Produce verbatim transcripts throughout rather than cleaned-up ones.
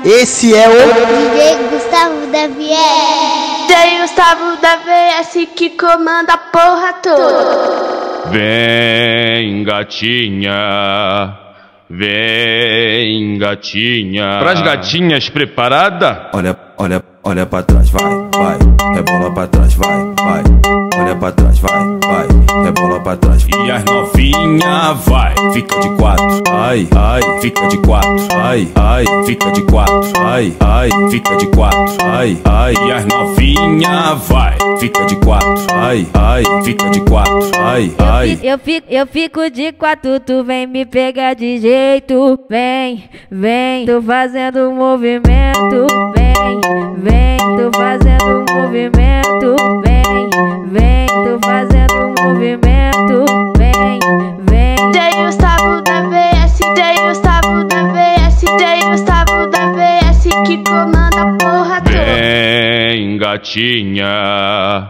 Esse é o D J Gustavo da V S. D J Gustavo da V S que comanda a porra toda. Vem, gatinha, vem, gatinha. Pras gatinhas preparada? Olha, olha, olha pra trás, vai, vai. Rebola pra trás, vai, vai. Olha pra trás, vai, vai. Rebola pra trás. E as novinha vai, fica de quatro, ai, ai. Fica de quatro, ai, ai. Fica de quatro, ai, ai. Fica de quatro, ai, ai. E as novinha vai, fica de quatro, ai, ai. Fica de quatro, ai, ai. Eu fico, eu fico de quatro, tu vem me pegar de jeito. Vem, vem, tô fazendo um movimento. Vem, vem, tô fazendo um movimento. Vem, vem, tô fazendo um movimento. Vem, vem. D J Gustavo da V S, D J Gustavo da V S, D J Gustavo da V S que comanda a porra toda. Vem, gatinha,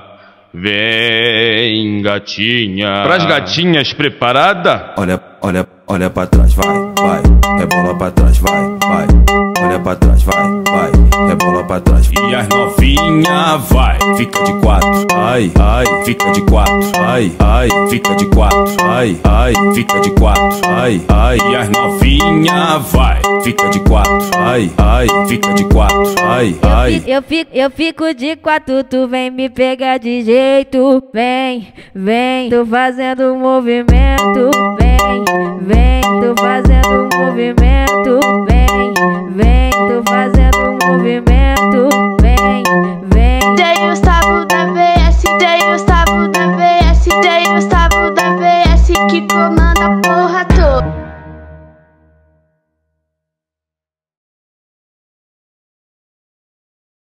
vem, gatinha. Pras gatinhas preparada? Olha, olha, olha pra trás, vai, vai. Rebola pra trás, vai, vai. Olha pra trás, vai, vai. Rebola pra trás. E as novinha vai, fica de quatro, ai, ai. Fica de quatro, ai, ai. Fica de quatro, ai, ai. Fica de quatro, ai, ai. E as novinha vai, fica de quatro, ai, ai. Fica de quatro, ai, ai. Eu fico, eu fico de quatro, tu vem me pegar de jeito. Vem, vem, tô fazendo um movimento. Vem, vem, tô fazendo um movimento.